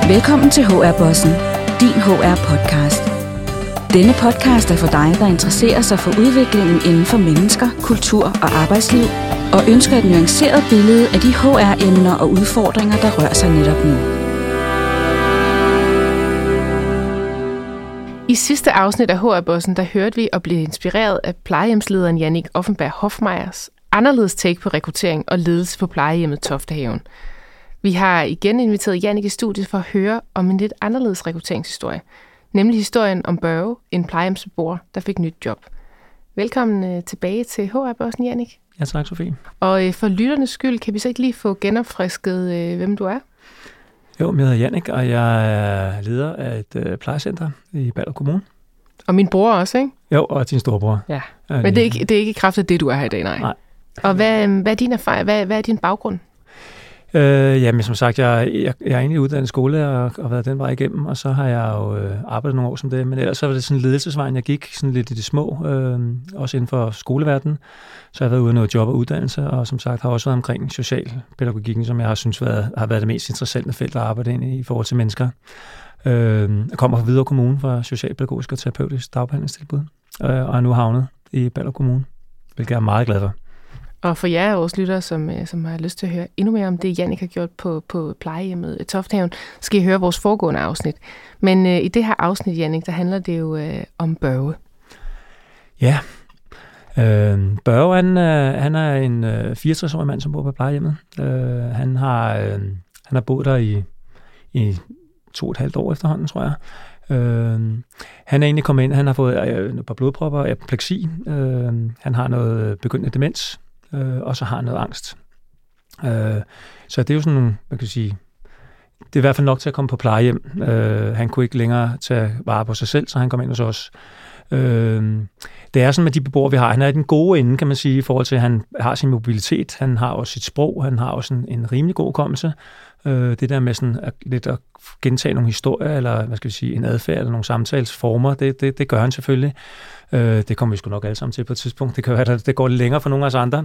Velkommen til HR-bossen, din HR-podcast. Denne podcast er for dig, der interesserer sig for udviklingen inden for mennesker, kultur og arbejdsliv, og ønsker et nuanceret billede af de HR-emner og udfordringer, der rører sig netop nu. I sidste afsnit af HR-bossen, der hørte vi og blev inspireret af plejehjemslederen Jannik Offenberg Hofmeyrs anderledes take på rekruttering og ledelse på plejehjemmet Toftehaven. Vi har igen inviteret Jannik i studiet for at høre om en lidt anderledes rekrutteringshistorie, nemlig historien om Børge, en plejehjemsbeboer, der fik nyt job. Velkommen tilbage til HR-bossen, Jannik. Ja, tak, Sofie. Og for lytternes skyld, kan vi så ikke lige få genopfrisket, hvem du er? Jo, jeg hedder Jannik, og jeg er leder af et plejecenter i Ballerup Kommune. Og min bror også, ikke? Jo, og din storebror. Ja, men det er ikke i kraft af det, du er her i dag, nej. Og hvad er din erfaring? Hvad er din baggrund? Jamen, som sagt, jeg er egentlig uddannet skole og været den vej igennem, og så har jeg jo arbejdet nogle år som det. Men ellers så var det sådan en ledelsesvejen, jeg gik sådan lidt i det små, også inden for skoleverdenen. Så jeg har været ude af noget job og uddannelse, og som sagt har også været omkring socialpædagogikken, som jeg har synes har været det mest interessante felt at arbejde ind i forhold til mennesker. Jeg kommer fra Hvidovre Kommune fra socialpædagogisk og terapeutisk dagbehandlingstilbud, og er nu havnet i Ballerup Kommune, hvilket jeg er meget glad for. Og for jer vores lyttere, som har lyst til at høre endnu mere om det, Jannik har gjort på plejehjemmet Toftehaven, skal I høre vores foregående afsnit. Men i det her afsnit, Jannik, der handler det jo om Børge. Ja, Børge, han er en 64-årig mand, som bor på plejehjemmet. Han har boet der i 2,5 år efterhånden, tror jeg. Han er egentlig kommet ind, han har fået et par blodpropper og apopleksi. Han har noget begyndende demens, og så har han noget angst. Så det er jo sådan nogle, man kan sige, det er i hvert fald nok til at komme på plejehjem. Han kunne ikke længere tage vare på sig selv, så han kom ind hos os. Det er sådan med de beboere, vi har. Han er i den gode ende, kan man sige, i forhold til, at han har sin mobilitet, han har også sit sprog, han har også en rimelig god hukommelse. Det der med sådan at gentage nogle historier, eller hvad skal vi sige, en adfærd, eller nogle samtalsformer, det gør han selvfølgelig. Det kommer vi sgu nok alle sammen til på et tidspunkt. Det kan være, at det går lidt længere for nogle af os andre.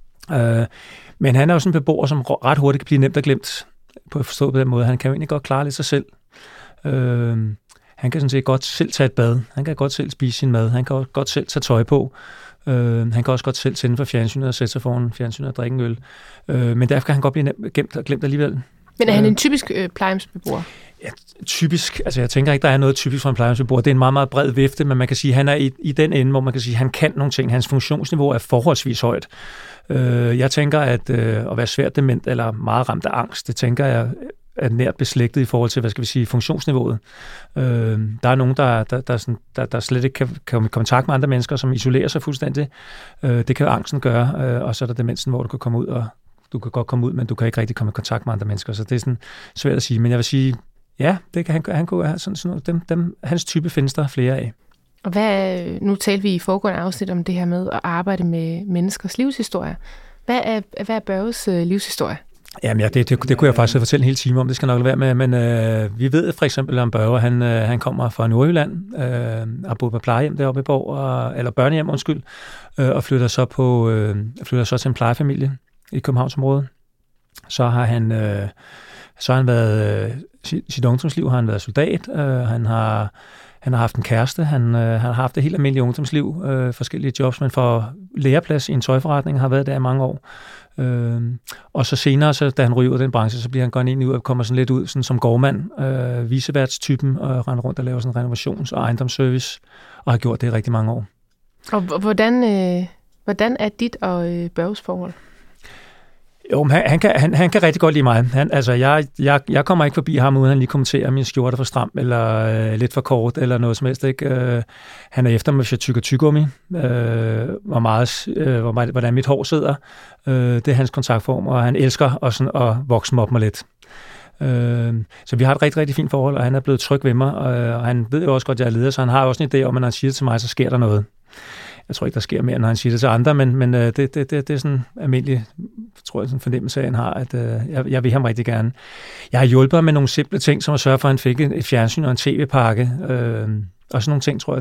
Men han er jo sådan en beboer, som ret hurtigt kan blive nemt og glemt, på at forstå på den måde. Han kan jo egentlig godt klare lidt sig selv. Han kan sådan set godt selv tage et bad. Han kan godt selv spise sin mad. Han kan godt selv tage tøj på. Han kan også godt selv tænde for fjernsynet og sætte sig foran fjernsynet og drikke en øl. Men derfor kan han godt blive gemt og glemt alligevel. Men er han en typisk plejehjemsbeboer? Ja, typisk. Altså jeg tænker ikke, der er noget typisk for en plejehjemsbeboer. Det er en meget, meget bred vifte, men man kan sige, at han er i den ende, hvor man kan sige, at han kan nogle ting. Hans funktionsniveau er forholdsvis højt. Jeg tænker, at være svært dement eller meget ramt af angst, det tænker jeg er nært beslægtet i forhold til, hvad skal vi sige, funktionsniveauet. Der er nogen, der slet ikke kan komme i kontakt med andre mennesker, som isolerer sig fuldstændig. Det kan angsten gøre, og så er der demensen, hvor du kan komme ud, og du kan godt komme ud, men du kan ikke rigtig komme i kontakt med andre mennesker, så det er sådan svært at sige. Men jeg vil sige, ja, det kan han kunne have sådan noget. Hans type findes der flere af. Og nu talte vi i foregående afsnit om det her med at arbejde med menneskers livshistorie. Hvad er Børges livshistorie? Jamen ja, det kunne jeg faktisk fortælle en hel time om, det skal nok være med, men vi ved for eksempel om Børge, han kommer fra Nordjylland, har boet på plejehjem deroppe i Borg, eller børnehjem, og flytter så til en plejefamilie i Københavnsområdet. Så har han været, sit ungdomsliv har han været soldat, han har haft en kæreste, han har haft et helt almindeligt ungdomsliv, forskellige jobs, men for læreplads i en tøjforretning har været der i mange år. Og så senere, da han ryger ud af den branche, så bliver han gået ind ud og kommer sådan lidt ud sådan som gårdmand, viceværtstypen, og render rundt og laver sådan renovations- og ejendomsservice, og har gjort det i rigtig mange år. Og hvordan er dit og Børges forhold? Jo, han kan rigtig godt lide mig. Jeg kommer ikke forbi ham, uden han lige kommenterer, min skjorte er for stram, eller lidt for kort, eller noget som helst. Ikke? Han er efter mig, hvis jeg tykker tyggegummi, hvordan mit hår sidder. Det er hans kontaktform, og han elsker at vokse mig op mig lidt. Så vi har et rigtig, rigtig fint forhold, og han er blevet tryg ved mig, og han ved jo også godt, at jeg er leder, så han har også en idé om, at når han siger det til mig, så sker der noget. Jeg tror ikke, der sker mere, når han siger det til andre, men det er sådan almindelig, tror jeg, sådan en fornemmelse af, han har, at jeg vil ham rigtig gerne. Jeg har hjulpet ham med nogle simple ting, som at sørge for, at han fik et fjernsyn og en tv-pakke, og sådan nogle ting, tror jeg,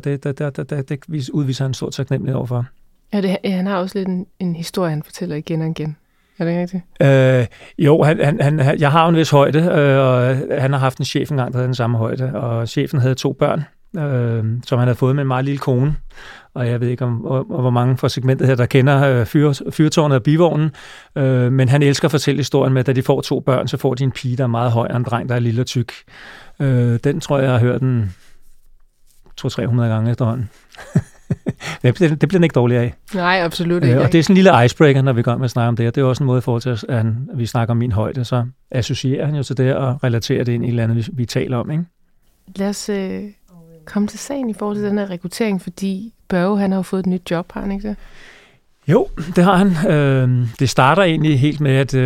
det udviser han stor taknemmelighed overfor. Ja, han har også lidt en historie, han fortæller igen og igen. Er det rigtigt? Jo, jeg har en vis højde, og han har haft en chef engang, der havde den samme højde, og chefen havde 2 børn, som han havde fået med en meget lille kone. Og jeg ved ikke, hvor mange fra segmentet her, der kender fyrtårnet og bivognen, men han elsker at fortælle historien med, at da de får 2 børn, så får de en pige, der er meget høj, og en dreng, der er lille og tyk. Den tror jeg har hørt den 200-300 gange efterhånden. Det bliver den ikke dårlig af. Nej, absolut ikke. Og det er sådan en lille icebreaker, når vi går med at snakke om det. Og det er også en måde i forhold til, at vi snakker om min højde, så associerer han jo til det og relaterer det ind i et eller andet, vi taler om. Ikke? Lad os komme til sagen i forhold til den her rekruttering, fordi Børge, han har jo fået et nyt job, har han ikke det? Jo, det har han. Det starter egentlig helt med, at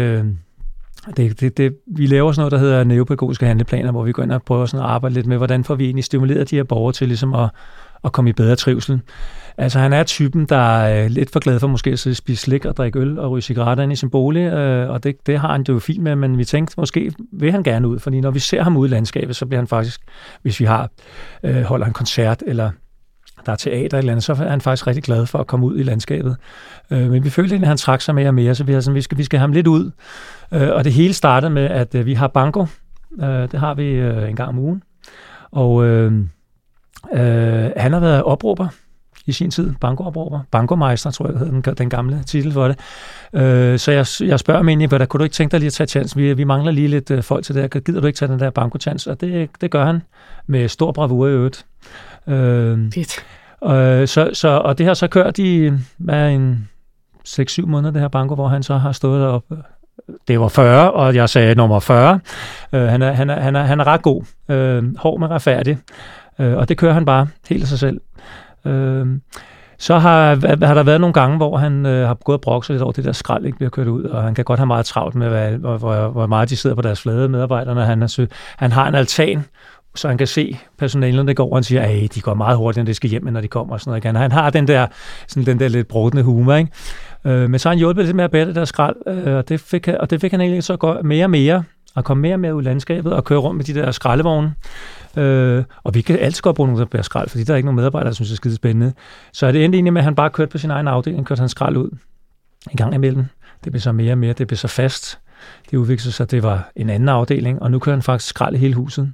vi laver sådan noget, der hedder neopædagogiske handleplaner, hvor vi går ind og prøver sådan at arbejde lidt med, hvordan får vi egentlig stimuleret de her borgere til ligesom at komme i bedre trivsel. Altså han er typen, der er lidt for glad for måske at spise slik og drikke øl og ryge cigaretter ind i sin bolig, og det har han jo fint med, men vi tænkte, måske vil han gerne ud, fordi når vi ser ham ude i landskabet, så bliver han faktisk, hvis vi holder en koncert, eller der er teater eller andet, så er han faktisk rigtig glad for at komme ud i landskabet. Men vi følte, at han trak sig mere og mere, så vi skal have ham lidt ud. Og det hele startede med, at vi har banko. Det har vi en gang om ugen. Og han har været opråber i sin tid, banko-opråber. Bankomeister, tror jeg, hed den gamle titel for det. Så jeg spørger ham egentlig, kunne du ikke tænke dig lige at tage chance? Vi mangler lige lidt folk til det her. Gider du ikke tage den der banko-chance? Og det gør han med stor bravur i øvrigt. Og det har så kørt i en 6-7 måneder, det her banko, hvor han så har stået deroppe. Det var 40, og jeg sagde nummer 40. Han er ret god. Hård med retfærdig. Og det kører han bare helt af sig selv. Så har der været nogle gange, hvor han har gået og brokset lidt over det der skrald, ikke bliver kørt ud, og han kan godt have meget travlt med, hvor meget de sidder på deres flade medarbejderne. Han har en altan, så han kan se personalet, der går, og han siger, at de går meget hurtigt, når de skal hjem, når de kommer og sådan noget igen. Han har den der lidt brodne humor, ikke? Men så har han hjulpet lidt med at bære det der skrald, og det fik han egentlig så gå mere og mere, og komme mere og mere ud i landskabet, og køre rundt med de der skraldevogne. Og vi kan altid godt bruge nogen, der bærer skrald, fordi der er ikke nogen medarbejdere, der synes, det er skide spændende. Så er det endte egentlig med, at han bare kørte på sin egen afdeling, kørte han skrald ud en gang imellem. Det blev så mere og mere, det blev så fast. Det udviklede sig, det var en anden afdeling, og nu kører han faktisk skrald i hele huset.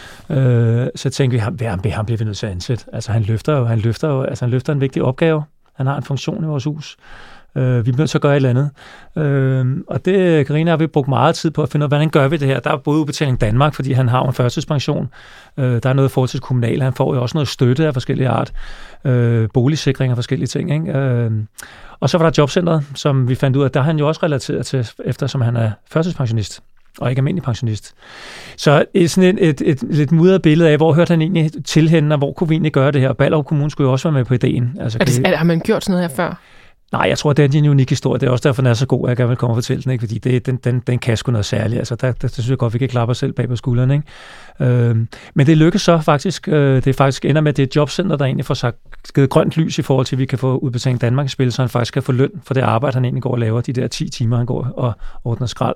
Så tænkte vi, ham bliver vi nødt til at ansætte. Altså han løfter en vigtig opgave. Han har en funktion i vores hus. Vi bliver nødt til at gøre et eller andet. Og det, Carina, har vi brugt meget tid på at finde ud af, hvordan gør vi det her. Der er både Udbetaling Danmark, fordi han har en førtidspension. Der er noget forhold til kommunal. Han får jo også noget støtte af forskellige art. Boligsikring og forskellige ting. Ikke? Og så var der jobcentret, som vi fandt ud af, der har han jo også relateret til, eftersom han er førtidspensionist og ikke almindelig pensionist. Så sådan et lidt mudret billede af, hvor hørte han egentlig til henne, og hvor kunne vi egentlig gøre det her. Ballerup Kommune skulle jo også være med på ideen. Altså, har man gjort sådan noget her før? Nej, jeg tror, det er en unik historie. Det er også derfor, den er så god, at jeg gerne vil komme og fortælle den, ikke? Fordi den kan sgu noget særligt. Altså, der synes jeg godt, vi kan klappe os selv bag på skuldrene. Ikke? Men det lykkes så faktisk. Det faktisk ender med, at det er et jobcenter, der egentlig får sagt givet grønt lys i forhold til, at vi kan få Udbetaling Danmark i spil, så han faktisk kan få løn for det arbejde, han egentlig går og laver, de der 10 timer, han går og ordner skrald.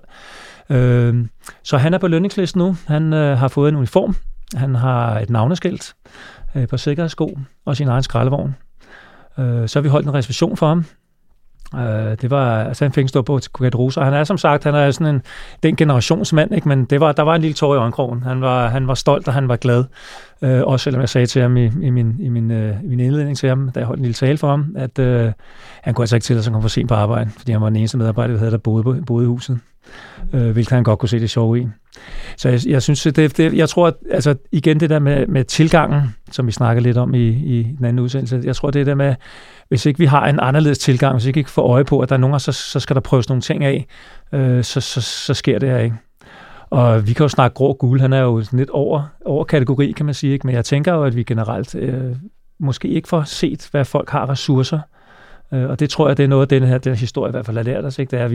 Så han er på lønningslisten nu. Han har fået en uniform. Han har et navneskilt på sikkerhedssko og sin egen skraldevogn. Så har vi holdt en reservation for ham. Det var, altså han fik stå på til Kugat. Han er som sagt, han er sådan den generationsmand, ikke? Men der var en lille tår i øjenkrogen. Han var stolt, og han var glad. Også selvom jeg sagde til ham i min indledning til ham, da jeg holdt en lille tale for ham, at han kunne altså ikke til at komme for sent på arbejde, fordi han var den eneste medarbejder, vi havde, der boede i huset. Hvilket han godt kunne se det sjove i. Så jeg synes, jeg tror, at altså, igen det der med tilgangen, som vi snakker lidt om i den anden udsendelse, jeg tror, det der med, hvis ikke vi har en anderledes tilgang, hvis ikke får øje på, at der er nogen, så skal der prøves nogle ting af, så sker det her ikke. Og vi kan jo snakke grå guld, han er jo lidt over kategori, kan man sige, ikke? Men jeg tænker jo, at vi generelt måske ikke får set, hvad folk har ressourcer. Og det tror jeg, det er noget af den her historie i hvert fald har lært os, ikke? Det er, at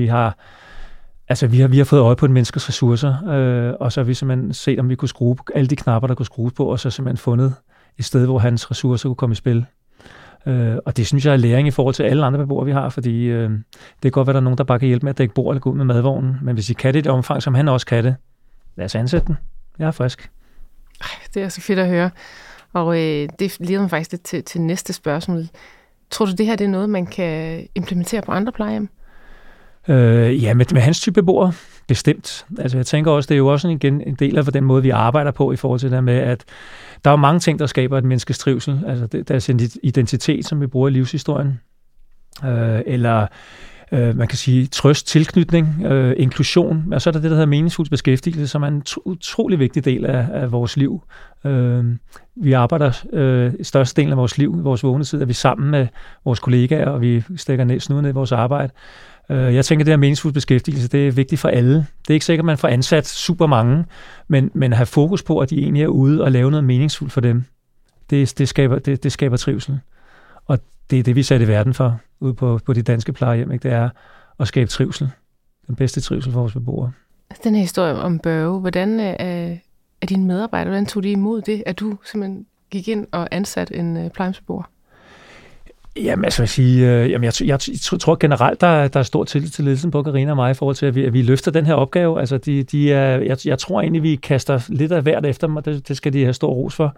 vi har fået øje på en menneskes ressourcer, og så har vi simpelthen set, om vi kunne skrue på alle de knapper, der kunne skrues på, og så simpelthen fundet et sted, hvor hans ressourcer kunne komme i spil. Og det synes jeg er læring i forhold til alle andre beboere, vi har, fordi det kan godt være, der er nogen, der bare kan hjælpe med at dække bord eller gå ud med madvognen, men hvis I kan det i det omfang, som han også kan det, lad os ansætte den. Jeg er frisk. Det er så fedt at høre. Og det leder mig faktisk lidt til næste spørgsmål. Tror du, det her det er noget, man kan implementere på andre plejehjem? Med hans type beboere, bestemt. Altså jeg tænker også, det er jo også en del af den måde, vi arbejder på i forhold til det med, at der er jo mange ting, der skaber et menneskes trivsel. Altså deres identitet, som vi bruger i livshistorien. Eller man kan sige trøst, tilknytning, inklusion. Og så er der det, der hedder meningsfuld beskæftigelse, som er en utrolig vigtig del af vores liv. Vi arbejder størstedelen af vores liv, vores vågne tid, er vi sammen med vores kollegaer, og vi stikker snuden ned i vores arbejde. Jeg tænker, at det her meningsfuld beskæftigelse, det er vigtigt for alle. Det er ikke sikkert, at man får ansat super mange, men at have fokus på, at de egentlig er ude og lave noget meningsfuldt for dem, det skaber trivsel. Og det er det, vi satte i verden for, ude på de danske plejehjem, ikke? Det er at skabe trivsel. Den bedste trivsel for vores beboere. Den her historie om Børge, hvordan er dine medarbejdere, hvordan tog de imod det, at du simpelthen gik ind og ansatte en plejehjemsbeboer? Jamen, altså jeg tror generelt, der er stor tillid til ledelsen på Carina og mig i forhold til, at vi løfter den her opgave. Altså, jeg tror egentlig, vi kaster lidt af hvert efter dem, og det skal de have stor ros for.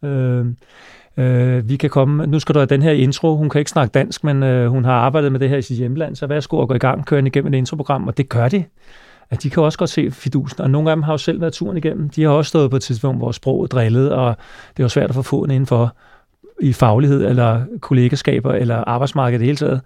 Vi kan komme, nu skal du have den her intro, hun kan ikke snakke dansk, men hun har arbejdet med det her i sit hjemland, så værsgo at gå i gang, køre igennem et introprogram, og det gør de. At de kan også godt se fidusen, og nogle af dem har jo selv været turen igennem. De har også stået på et tidspunkt, hvor sproget drillede, og det var svært at få foden indenfor i faglighed, eller kollegaskaber, eller arbejdsmarkedet i det hele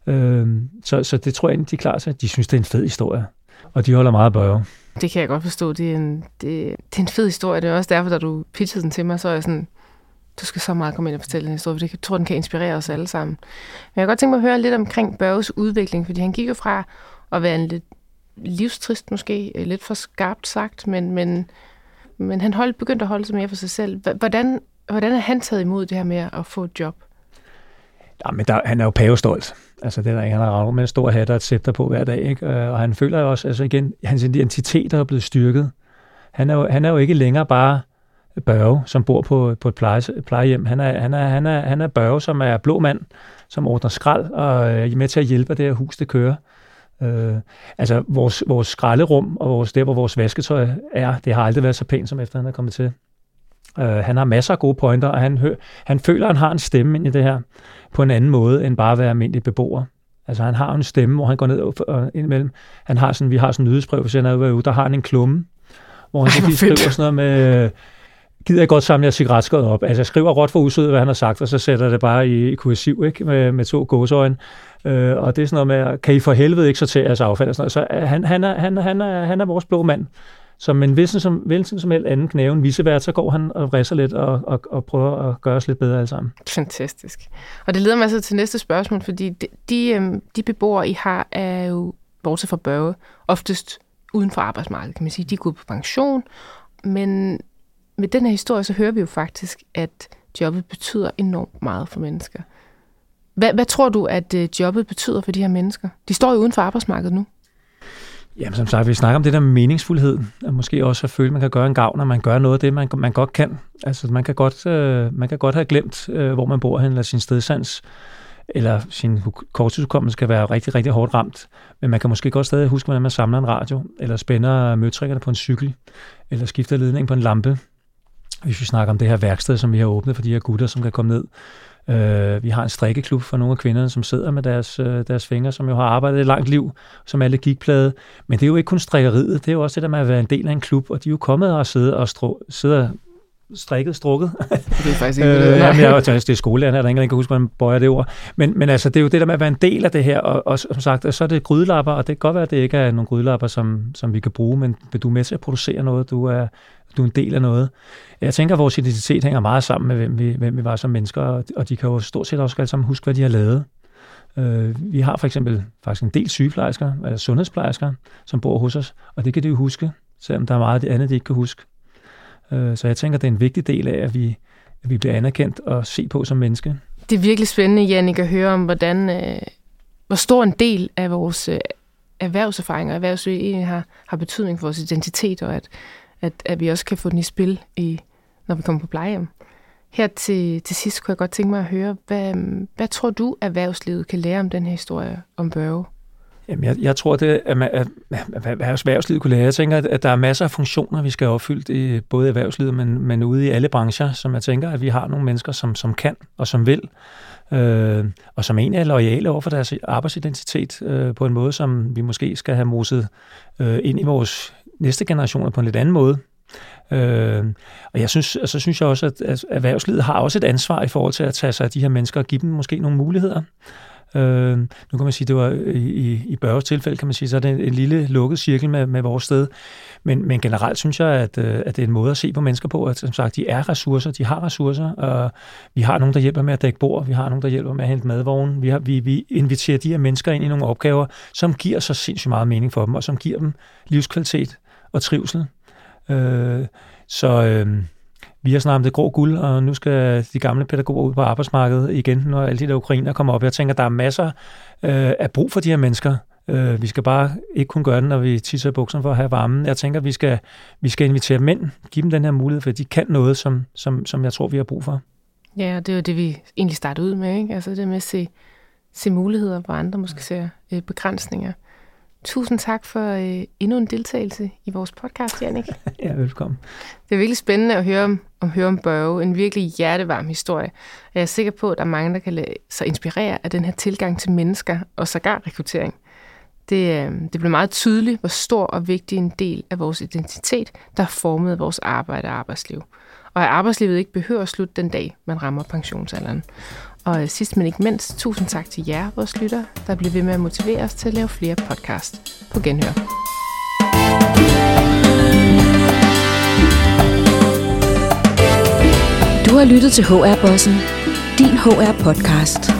taget. Så det tror jeg egentlig, de er klar til. De synes, det er en fed historie, og de holder meget af Børge. Det kan jeg godt forstå. Det er en fed historie. Det er også derfor, da du pitchede den til mig, så er jeg sådan, du skal så meget komme ind og fortælle den historie, for jeg tror, den kan inspirere os alle sammen. Men jeg kan godt tænke mig at høre lidt omkring Børges udvikling, fordi han gik jo fra at være en lidt livstrist måske, lidt for skarpt sagt, men han begyndte at holde sig mere for sig selv. Hvordan er han taget imod det her med at få et job? Ja, men han er jo pavestolt. Altså det er der ikke, han har ramt med en stor hat og et scepter på hver dag, ikke? Og han føler jo også, altså igen, hans identitet er blevet styrket. Han er jo ikke længere bare Børge, som bor på et plejehjem. Han er Børge, som er blå mand, som ordner skrald og er med til at hjælpe, det her hus, det kører. Altså vores skralderum og der, hvor vores vasketøj er, det har aldrig været så pænt, som efter han er kommet til. Han har masser af gode pointer, og han føler, at han har en stemme ind i det her på en anden måde, end bare at være almindelig beboer. Altså han har en stemme, hvor han går ned og indimellem. Vi har sådan en nyhedsbrev, hvis han er ude, der har han en klumme, hvor han skriver sådan noget med, gider jeg godt samle cigaretskåret op. Altså jeg skriver råt for usødet, hvad han har sagt, og så sætter det bare i kursiv, ikke? Med 2 gåseøjne. Og det er sådan noget med, kan I for helvede ikke sortere jeres affald? Og sådan noget. Så han er vores blå mand. Som en hvilken som helst anden knæven visevært, så går han og ridser lidt og prøver at gøre os lidt bedre alle sammen. Fantastisk. Og det leder mig så til næste spørgsmål, fordi de beboere, I har, er jo, bortset fra Børge, oftest uden for arbejdsmarkedet, kan man sige. De er gået på pension, men med den her historie, så hører vi jo faktisk, at jobbet betyder enormt meget for mennesker. Hvad tror du, at jobbet betyder for de her mennesker? De står jo uden for arbejdsmarkedet nu. Jamen, som sagt, vi snakker om det der med meningsfuldhed, og måske også at føle, at man kan gøre en gavn, når man gør noget af det, man godt kan. Altså, man kan godt have glemt, hvor man bor hen, eller sin stedsans, eller sin korttidshukommelse skal være rigtig, rigtig hårdt ramt. Men man kan måske godt stadig huske, hvordan man samler en radio, eller spænder møtrikkerne på en cykel, eller skifter ledningen på en lampe. Hvis vi snakker om det her værksted, som vi har åbnet for de her gutter, som kan komme ned. Vi har en strikkeklub for nogle af kvinderne, som sidder med deres fingre, som jo har arbejdet et langt liv, som alle gikplade. Men det er jo ikke kun strikkeriet, det er jo også det der med at være en del af en klub, og de er jo kommet og sidder strukket. Det er faktisk ikke det. Det er skolelærer, der ingen kan huske, hvordan man bøjer det ord. Men altså, det er jo det der med at være en del af det her, og som sagt, så er det grydelapper, og det kan godt være, at det ikke er nogle grydelapper, som vi kan bruge, men du er med til at producere noget, du er en del af noget. Jeg tænker, at vores identitet hænger meget sammen med, hvem vi var som mennesker, og de kan jo stort set også alle sammen huske, hvad de har lavet. Vi har for eksempel faktisk en del sygeplejersker, eller sundhedsplejersker, som bor hos os, og det kan de jo huske, selvom der er meget andet, de ikke kan huske. Så jeg tænker, det er en vigtig del af, at vi bliver anerkendt og se på som menneske. Det er virkelig spændende, Jannik, at høre om, hvor stor en del af vores erhvervserfaringer og erhvervsliv egentlig har betydning for vores identitet, og at vi også kan få den i spil, når vi kommer på plejehjem. Her til sidst kunne jeg godt tænke mig at høre, hvad tror du, erhvervslivet kan lære om den her historie om Børge? Jamen, jeg tror, at erhvervslivet kunne lære. Jeg tænker, at der er masser af funktioner, vi skal opfylde i både erhvervslivet, men ude i alle brancher, som jeg tænker, at vi har nogle mennesker, som kan og som vil. og som egentlig er loyale over for deres arbejdsidentitet på en måde, som vi måske skal have moset ind i vores næste generationer på en lidt anden måde. Og så synes jeg også, at erhvervslivet har også et ansvar i forhold til at tage sig af de her mennesker og give dem måske nogle muligheder. Nu kan man sige, det var i Børges tilfælde, kan man sige, så er det en lille lukket cirkel med vores sted. Men generelt synes jeg, at det er en måde at se på mennesker på, at som sagt, de er ressourcer, de har ressourcer, og vi har nogen, der hjælper med at dække bord, vi har nogen, der hjælper med at hente madvognen, vi inviterer de her mennesker ind i nogle opgaver, som giver så sindssygt meget mening for dem, og som giver dem livskvalitet og trivsel. Vi har snart om det grå guld, og nu skal de gamle pædagoger ud på arbejdsmarkedet igen, når alle de der ukrainer kommer op. Jeg tænker, der er masser af brug for de her mennesker. Vi skal bare ikke kun gøre det, når vi tisser i bukserne for at have varmen. Jeg tænker, vi skal invitere mænd, give dem den her mulighed, for de kan noget, som jeg tror, vi har brug for. Ja, og det er jo det, vi egentlig startede ud med, ikke? Altså det med at se muligheder, hvor andre måske ser begrænsninger. Tusind tak for endnu en deltagelse i vores podcast, Jannik. Ja, velkommen. Det er virkelig spændende at høre om Børge. En virkelig hjertevarm historie. Jeg er sikker på, at der er mange, der kan lade sig inspirere af den her tilgang til mennesker og sågar rekruttering. Det blev meget tydeligt, hvor stor og vigtig en del af vores identitet, der har formet vores arbejde og arbejdsliv. Og at arbejdslivet ikke behøver at slutte den dag, man rammer pensionsalderen. Og sidst men ikke mindst, tusind tak til jer, vores lytter, der bliver ved med at motivere os til at lave flere podcast. På genhør. Du har lyttet til HR Bossen, din HR podcast.